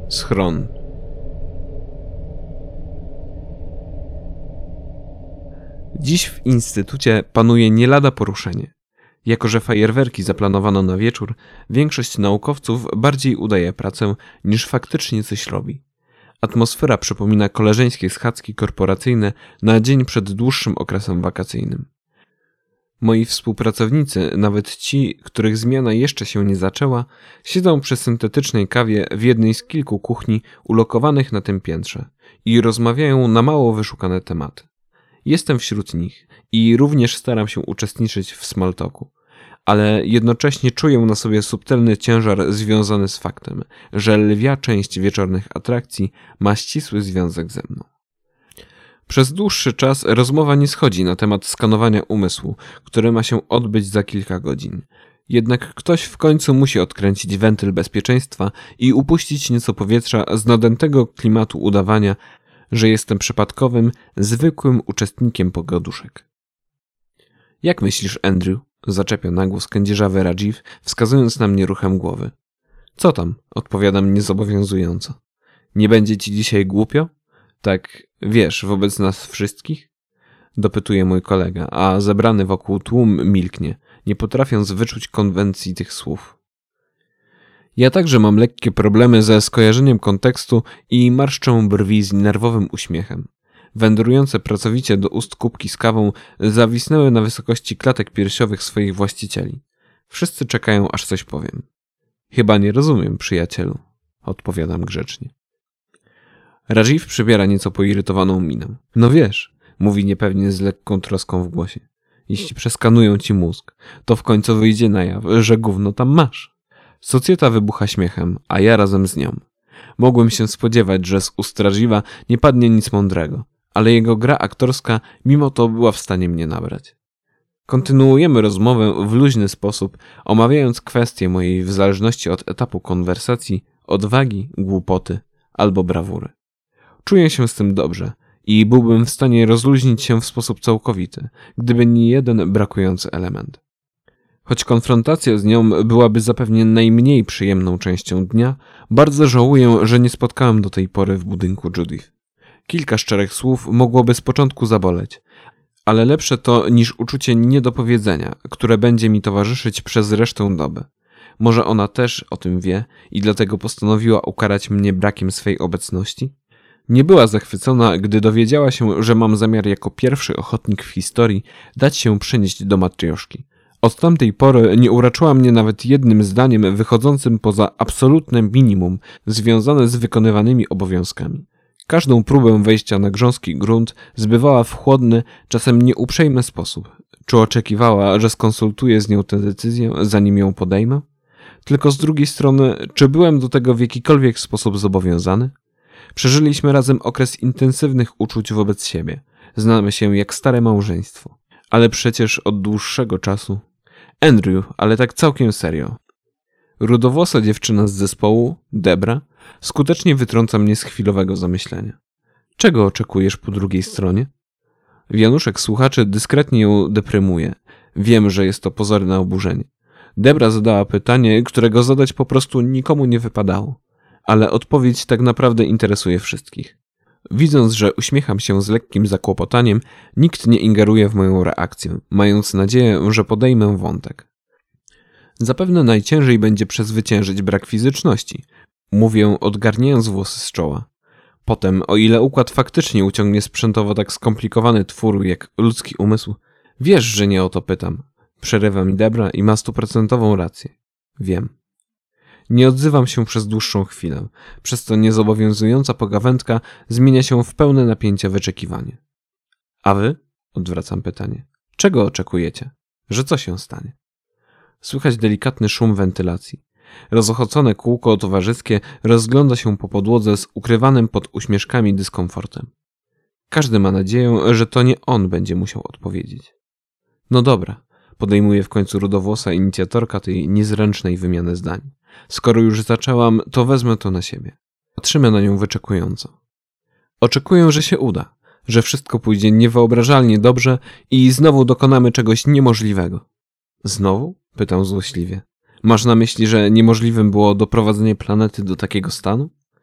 Schron. Dziś w instytucie panuje nie lada poruszenie. Jako że fajerwerki zaplanowano na wieczór, większość naukowców bardziej udaje pracę, niż faktycznie coś robi. Atmosfera przypomina koleżeńskie schadzki korporacyjne na dzień przed dłuższym okresem wakacyjnym. Moi współpracownicy, nawet ci, których zmiana jeszcze się nie zaczęła, siedzą przy syntetycznej kawie w jednej z kilku kuchni ulokowanych na tym piętrze i rozmawiają na mało wyszukane tematy. Jestem wśród nich i również staram się uczestniczyć w small talku, ale jednocześnie czuję na sobie subtelny ciężar związany z faktem, że lwia część wieczornych atrakcji ma ścisły związek ze mną. Przez dłuższy czas rozmowa nie schodzi na temat skanowania umysłu, które ma się odbyć za kilka godzin. Jednak ktoś w końcu musi odkręcić wentyl bezpieczeństwa i upuścić nieco powietrza z nadętego klimatu udawania, że jestem przypadkowym, zwykłym uczestnikiem pogaduszek. Jak myślisz, Andrew? Zaczepia na głos kędzierzawy Rajiv, wskazując na mnie ruchem głowy. Co tam? Odpowiadam niezobowiązująco. Nie będzie ci dzisiaj głupio? Tak, wiesz, wobec nas wszystkich? Dopytuje mój kolega, a zebrany wokół tłum milknie, nie potrafiąc wyczuć konwencji tych słów. Ja także mam lekkie problemy ze skojarzeniem kontekstu i marszczę brwi z nerwowym uśmiechem. Wędrujące pracowicie do ust kubki z kawą zawisnęły na wysokości klatek piersiowych swoich właścicieli. Wszyscy czekają, aż coś powiem. Chyba nie rozumiem, przyjacielu, odpowiadam grzecznie. Rajiv przybiera nieco poirytowaną minę. No wiesz, mówi niepewnie z lekką troską w głosie. Jeśli przeskanują ci mózg, to w końcu wyjdzie na jaw, że gówno tam masz. Socjeta wybucha śmiechem, a ja razem z nią. Mogłem się spodziewać, że z ust Rajiva nie padnie nic mądrego, ale jego gra aktorska mimo to była w stanie mnie nabrać. Kontynuujemy rozmowę w luźny sposób, omawiając kwestie mojej w zależności od etapu konwersacji, odwagi, głupoty albo brawury. Czuję się z tym dobrze i byłbym w stanie rozluźnić się w sposób całkowity, gdyby nie jeden brakujący element. Choć konfrontacja z nią byłaby zapewne najmniej przyjemną częścią dnia, bardzo żałuję, że nie spotkałem do tej pory w budynku Judith. Kilka szczerych słów mogłoby z początku zaboleć, ale lepsze to niż uczucie niedopowiedzenia, które będzie mi towarzyszyć przez resztę doby. Może ona też o tym wie i dlatego postanowiła ukarać mnie brakiem swej obecności? Nie była zachwycona, gdy dowiedziała się, że mam zamiar jako pierwszy ochotnik w historii dać się przenieść do matrioszki. Od tamtej pory nie uraczyła mnie nawet jednym zdaniem wychodzącym poza absolutne minimum związane z wykonywanymi obowiązkami. Każdą próbę wejścia na grząski grunt zbywała w chłodny, czasem nieuprzejmy sposób. Czy oczekiwała, że skonsultuję z nią tę decyzję, zanim ją podejmę? Tylko z drugiej strony, czy byłem do tego w jakikolwiek sposób zobowiązany? Przeżyliśmy razem okres intensywnych uczuć wobec siebie. Znamy się jak stare małżeństwo. Ale przecież od dłuższego czasu... Andrew, ale tak całkiem serio. Rudowłosa dziewczyna z zespołu, Debra, skutecznie wytrąca mnie z chwilowego zamyślenia. Czego oczekujesz po drugiej stronie? Wianuszek słuchaczy dyskretnie ją deprymuje. Wiem, że jest to pozorne oburzenie. Debra zadała pytanie, którego zadać po prostu nikomu nie wypadało. Ale odpowiedź tak naprawdę interesuje wszystkich. Widząc, że uśmiecham się z lekkim zakłopotaniem, nikt nie ingeruje w moją reakcję, mając nadzieję, że podejmę wątek. Zapewne najciężej będzie przezwyciężyć brak fizyczności, mówię, odgarniając włosy z czoła. Potem, o ile układ faktycznie uciągnie sprzętowo tak skomplikowany twór jak ludzki umysł, wiesz, że nie o to pytam. Przerywa mi Debra i ma 100% rację. Wiem. Nie odzywam się przez dłuższą chwilę, przez co niezobowiązująca pogawędka zmienia się w pełne napięcie wyczekiwanie. A wy? Odwracam pytanie. Czego oczekujecie? Że co się stanie? Słychać delikatny szum wentylacji. Rozochocone kółko towarzyskie rozgląda się po podłodze z ukrywanym pod uśmieszkami dyskomfortem. Każdy ma nadzieję, że to nie on będzie musiał odpowiedzieć. No dobra, podejmuje w końcu rudowłosa inicjatorka tej niezręcznej wymiany zdań. Skoro już zaczęłam, to wezmę to na siebie. Patrzymy na nią wyczekująco. Oczekuję, że się uda, że wszystko pójdzie niewyobrażalnie dobrze i znowu dokonamy czegoś niemożliwego. Znowu? Pytam złośliwie. Masz na myśli, że niemożliwym było doprowadzenie planety do takiego stanu?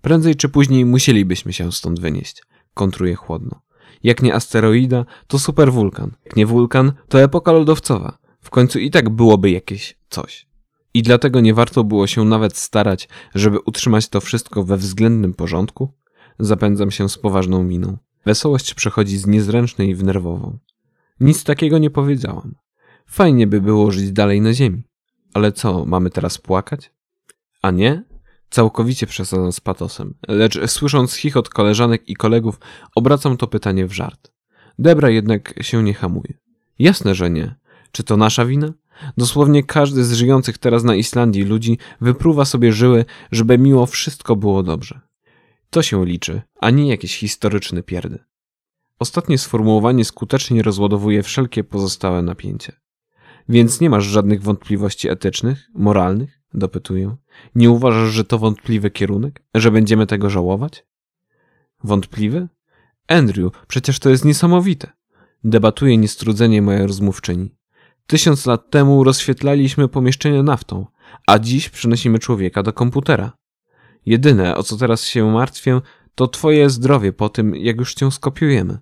Prędzej czy później musielibyśmy się stąd wynieść. Kontruje chłodno. Jak nie asteroida, to superwulkan. Jak nie wulkan, to epoka lodowcowa. W końcu i tak byłoby jakieś coś. I dlatego nie warto było się nawet starać, żeby utrzymać to wszystko we względnym porządku? Zapędzam się z poważną miną. Wesołość przechodzi z niezręcznej w nerwową. Nic takiego nie powiedziałam. Fajnie by było żyć dalej na ziemi. Ale co, mamy teraz płakać? A nie? Całkowicie przesadzam z patosem, lecz słysząc chichot koleżanek i kolegów, obracam to pytanie w żart. Debra jednak się nie hamuje. Jasne, że nie. Czy to nasza wina? Dosłownie każdy z żyjących teraz na Islandii ludzi wypruwa sobie żyły, żeby mimo wszystko było dobrze. To się liczy, a nie jakieś historyczne pierdy. Ostatnie sformułowanie skutecznie rozładowuje wszelkie pozostałe napięcie. Więc nie masz żadnych wątpliwości etycznych, moralnych? Dopytuję. Nie uważasz, że to wątpliwy kierunek? Że będziemy tego żałować? Wątpliwy? Andrew, przecież to jest niesamowite. Debatuje niestrudzenie moja rozmówczyni. 1000 lat temu rozświetlaliśmy pomieszczenia naftą, a dziś przenosimy człowieka do komputera. Jedyne, o co teraz się martwię, to twoje zdrowie po tym, jak już cię skopiujemy.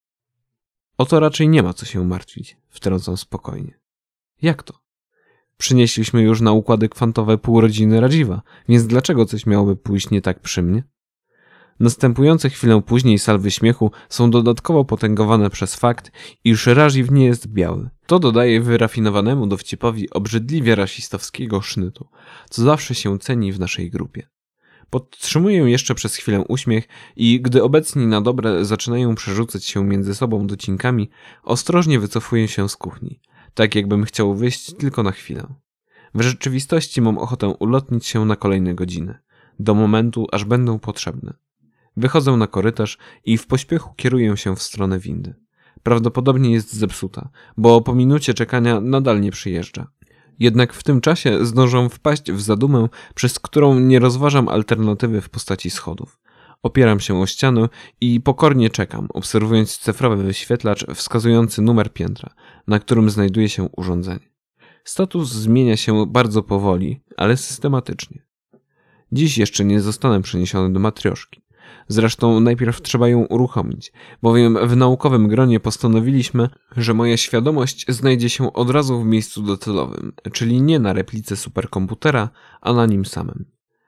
O to raczej nie ma co się martwić, wtrącam spokojnie. Jak to? Przynieśliśmy już na układy kwantowe pół rodziny Radziwa, więc dlaczego coś miałoby pójść nie tak przy mnie? Następujące chwilę później salwy śmiechu są dodatkowo potęgowane przez fakt, iż Radziw nie jest biały. To dodaje wyrafinowanemu dowcipowi obrzydliwie rasistowskiego sznytu, co zawsze się ceni w naszej grupie. Podtrzymuję jeszcze przez chwilę uśmiech i gdy obecni na dobre zaczynają przerzucać się między sobą docinkami, ostrożnie wycofuję się z kuchni, tak jakbym chciał wyjść tylko na chwilę. W rzeczywistości mam ochotę ulotnić się na kolejne godziny, do momentu, aż będą potrzebne. Wychodzę na korytarz i w pośpiechu kieruję się w stronę windy. Prawdopodobnie jest zepsuta, bo po minucie czekania nadal nie przyjeżdża. Jednak w tym czasie zdążę wpaść w zadumę, przez którą nie rozważam alternatywy w postaci schodów. Opieram się o ścianę i pokornie czekam, obserwując cyfrowy wyświetlacz wskazujący numer piętra, na którym znajduje się urządzenie. Status zmienia się bardzo powoli, ale systematycznie. Dziś jeszcze nie zostanę przeniesiony do matrioszki. Zresztą najpierw trzeba ją uruchomić, bowiem w naukowym gronie postanowiliśmy, że moja świadomość znajdzie się od razu w miejscu docelowym, czyli nie na replice superkomputera, a na nim samym.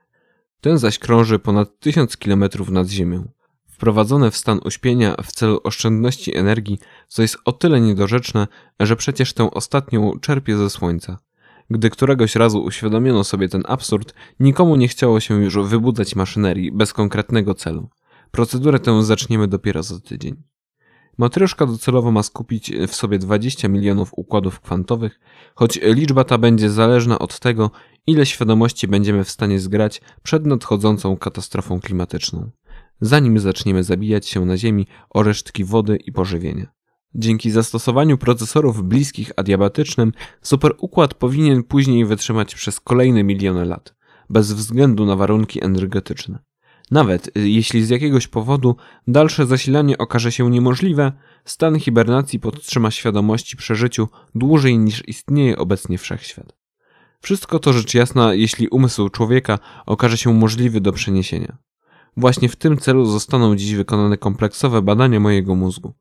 Ten zaś krąży ponad 1000 km nad Ziemią, wprowadzone w stan uśpienia w celu oszczędności energii, co jest o tyle niedorzeczne, że przecież tę ostatnią czerpie ze Słońca. Gdy któregoś razu uświadomiono sobie ten absurd, nikomu nie chciało się już wybudzać maszynerii bez konkretnego celu. Procedurę tę zaczniemy dopiero za tydzień. Matrioszka docelowo ma skupić w sobie 20 milionów układów kwantowych, choć liczba ta będzie zależna od tego, ile świadomości będziemy w stanie zgrać przed nadchodzącą katastrofą klimatyczną, zanim zaczniemy zabijać się na Ziemi o resztki wody i pożywienia. Dzięki zastosowaniu procesorów bliskich adiabatycznym, superukład powinien później wytrzymać przez kolejne miliony lat, bez względu na warunki energetyczne. Nawet jeśli z jakiegoś powodu dalsze zasilanie okaże się niemożliwe, stan hibernacji podtrzyma świadomości przy życiu dłużej niż istnieje obecnie wszechświat. Wszystko to rzecz jasna, jeśli umysł człowieka okaże się możliwy do przeniesienia. Właśnie w tym celu zostaną dziś wykonane kompleksowe badania mojego mózgu.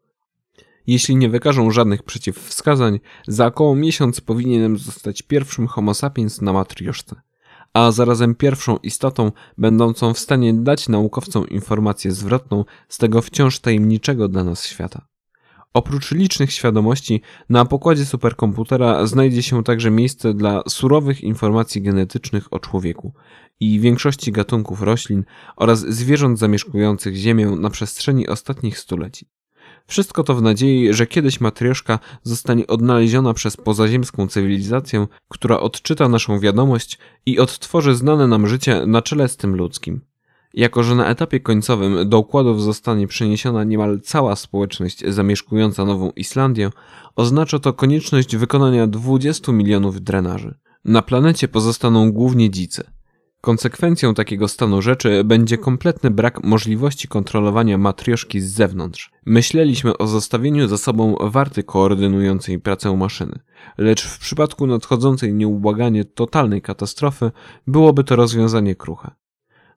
Jeśli nie wykażą żadnych przeciwwskazań, za około miesiąc powinienem zostać pierwszym homo sapiens na matrioszce, a zarazem pierwszą istotą będącą w stanie dać naukowcom informację zwrotną z tego wciąż tajemniczego dla nas świata. Oprócz licznych świadomości, na pokładzie superkomputera znajdzie się także miejsce dla surowych informacji genetycznych o człowieku i większości gatunków roślin oraz zwierząt zamieszkujących Ziemię na przestrzeni ostatnich stuleci. Wszystko to w nadziei, że kiedyś matrioszka zostanie odnaleziona przez pozaziemską cywilizację, która odczyta naszą wiadomość i odtworzy znane nam życie na czele z tym ludzkim. Jako że na etapie końcowym do układów zostanie przeniesiona niemal cała społeczność zamieszkująca Nową Islandię, oznacza to konieczność wykonania 20 milionów drenaży. Na planecie pozostaną głównie dzicy. Konsekwencją takiego stanu rzeczy będzie kompletny brak możliwości kontrolowania matrioszki z zewnątrz. Myśleliśmy o zostawieniu za sobą warty koordynującej pracę maszyny, lecz w przypadku nadchodzącej nieubłaganie totalnej katastrofy byłoby to rozwiązanie kruche.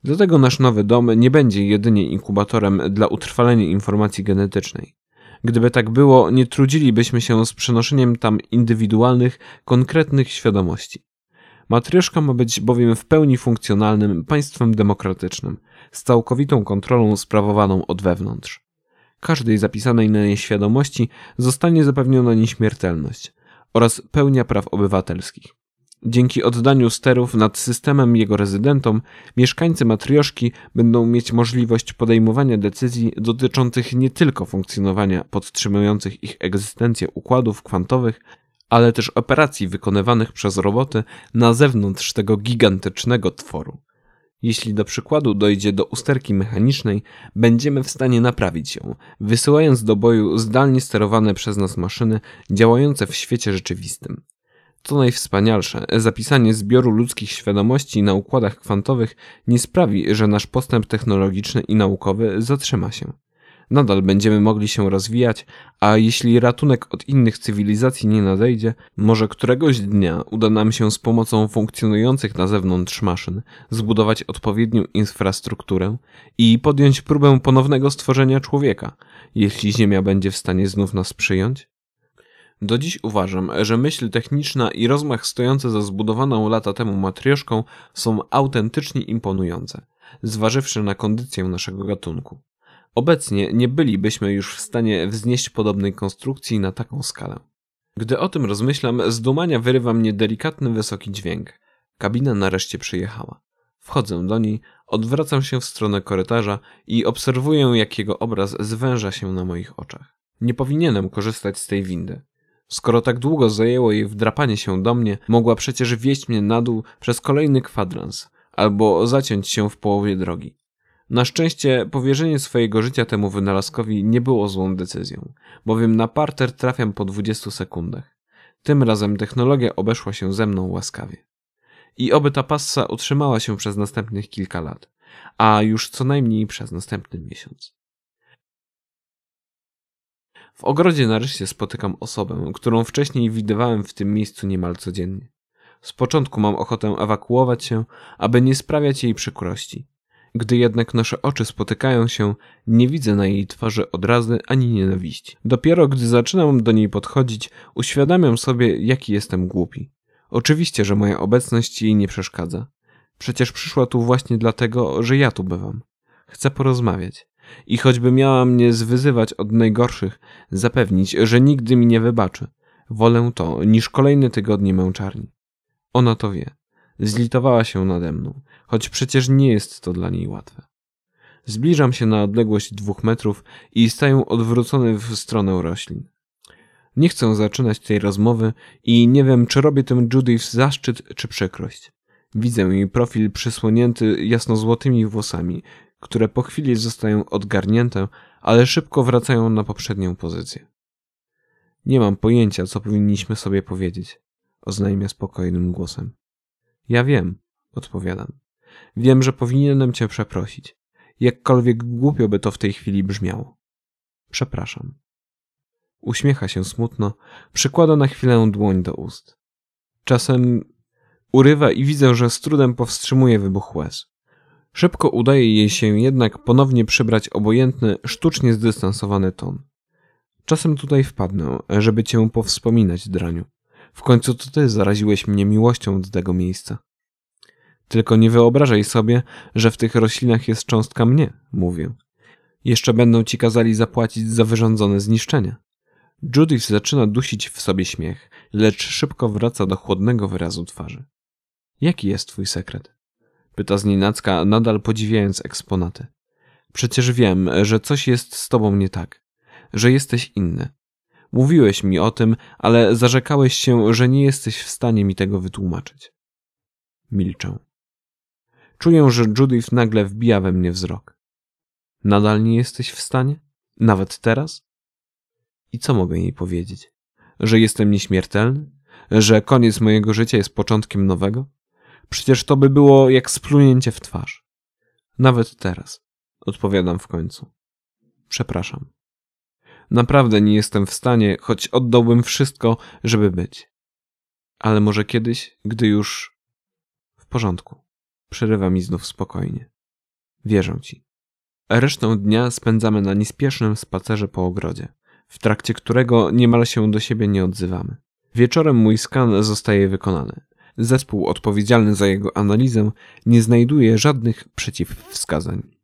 Dlatego nasz nowy dom nie będzie jedynie inkubatorem dla utrwalenia informacji genetycznej. Gdyby tak było, nie trudzilibyśmy się z przenoszeniem tam indywidualnych, konkretnych świadomości. Matrioszka ma być bowiem w pełni funkcjonalnym państwem demokratycznym, z całkowitą kontrolą sprawowaną od wewnątrz. Każdej zapisanej na niej świadomości zostanie zapewniona nieśmiertelność oraz pełnia praw obywatelskich. Dzięki oddaniu sterów nad systemem jego rezydentom, mieszkańcy matrioszki będą mieć możliwość podejmowania decyzji dotyczących nie tylko funkcjonowania podtrzymujących ich egzystencję układów kwantowych, ale też operacji wykonywanych przez roboty na zewnątrz tego gigantycznego tworu. Jeśli do przykładu dojdzie do usterki mechanicznej, będziemy w stanie naprawić ją, wysyłając do boju zdalnie sterowane przez nas maszyny działające w świecie rzeczywistym. Co najwspanialsze, zapisanie zbioru ludzkich świadomości na układach kwantowych nie sprawi, że nasz postęp technologiczny i naukowy zatrzyma się. Nadal będziemy mogli się rozwijać, a jeśli ratunek od innych cywilizacji nie nadejdzie, może któregoś dnia uda nam się z pomocą funkcjonujących na zewnątrz maszyn zbudować odpowiednią infrastrukturę i podjąć próbę ponownego stworzenia człowieka, jeśli Ziemia będzie w stanie znów nas przyjąć. Do dziś uważam, że myśl techniczna i rozmach stojący za zbudowaną lata temu matrioszką są autentycznie imponujące, zważywszy na kondycję naszego gatunku. Obecnie nie bylibyśmy już w stanie wznieść podobnej konstrukcji na taką skalę. Gdy o tym rozmyślam, z dumania wyrywa mnie delikatny, wysoki dźwięk. Kabina nareszcie przyjechała. Wchodzę do niej, odwracam się w stronę korytarza i obserwuję, jak jego obraz zwęża się na moich oczach. Nie powinienem korzystać z tej windy. Skoro tak długo zajęło jej wdrapanie się do mnie, mogła przecież wieźć mnie na dół przez kolejny kwadrans, albo zaciąć się w połowie drogi. Na szczęście powierzenie swojego życia temu wynalazkowi nie było złą decyzją, bowiem na parter trafiam po 20 sekundach. Tym razem technologia obeszła się ze mną łaskawie. I oby ta passa utrzymała się przez następnych kilka lat, a już co najmniej przez następny miesiąc. W ogrodzie nareszcie spotykam osobę, którą wcześniej widywałem w tym miejscu niemal codziennie. Z początku mam ochotę ewakuować się, aby nie sprawiać jej przykrości. Gdy jednak nasze oczy spotykają się, nie widzę na jej twarzy odrazy ani nienawiści. Dopiero gdy zaczynam do niej podchodzić, uświadamiam sobie, jaki jestem głupi. Oczywiście, że moja obecność jej nie przeszkadza. Przecież przyszła tu właśnie dlatego, że ja tu bywam. Chcę porozmawiać. I choćby miała mnie zwyzywać od najgorszych, zapewnić, że nigdy mi nie wybaczy. Wolę to, niż kolejne tygodnie męczarni. Ona to wie. Zlitowała się nade mną, choć przecież nie jest to dla niej łatwe. Zbliżam się na odległość 2 metrów i staję odwrócony w stronę roślin. Nie chcę zaczynać tej rozmowy i nie wiem, czy robię tym Judith zaszczyt czy przykrość. Widzę jej profil przysłonięty jasnozłotymi włosami, które po chwili zostają odgarnięte, ale szybko wracają na poprzednią pozycję. Nie mam pojęcia, co powinniśmy sobie powiedzieć, oznajmia spokojnym głosem. Ja wiem, odpowiadam. Wiem, że powinienem cię przeprosić. Jakkolwiek głupio by to w tej chwili brzmiało. Przepraszam. Uśmiecha się smutno, przykłada na chwilę dłoń do ust. Czasem urywa i widzę, że z trudem powstrzymuje wybuch łez. Szybko udaje jej się jednak ponownie przybrać obojętny, sztucznie zdystansowany ton. Czasem tutaj wpadnę, żeby cię powspominać, draniu. W końcu to ty zaraziłeś mnie miłością do tego miejsca. Tylko nie wyobrażaj sobie, że w tych roślinach jest cząstka mnie, mówię. Jeszcze będą ci kazali zapłacić za wyrządzone zniszczenia. Judith zaczyna dusić w sobie śmiech, lecz szybko wraca do chłodnego wyrazu twarzy. Jaki jest twój sekret? Pyta znienacka, nadal podziwiając eksponaty. Przecież wiem, że coś jest z tobą nie tak, że jesteś inny. Mówiłeś mi o tym, ale zarzekałeś się, że nie jesteś w stanie mi tego wytłumaczyć. Milczę. Czuję, że Judith nagle wbija we mnie wzrok. Nadal nie jesteś w stanie? Nawet teraz? I co mogę jej powiedzieć? Że jestem nieśmiertelny? Że koniec mojego życia jest początkiem nowego? Przecież to by było jak splunięcie w twarz. Nawet teraz, odpowiadam w końcu. Przepraszam. Naprawdę nie jestem w stanie, choć oddałbym wszystko, żeby być. Ale może kiedyś, gdy już... W porządku. Przerywa mi znów spokojnie. Wierzę ci. Resztę dnia spędzamy na niespiesznym spacerze po ogrodzie, w trakcie którego niemal się do siebie nie odzywamy. Wieczorem mój skan zostaje wykonany. Zespół odpowiedzialny za jego analizę nie znajduje żadnych przeciwwskazań.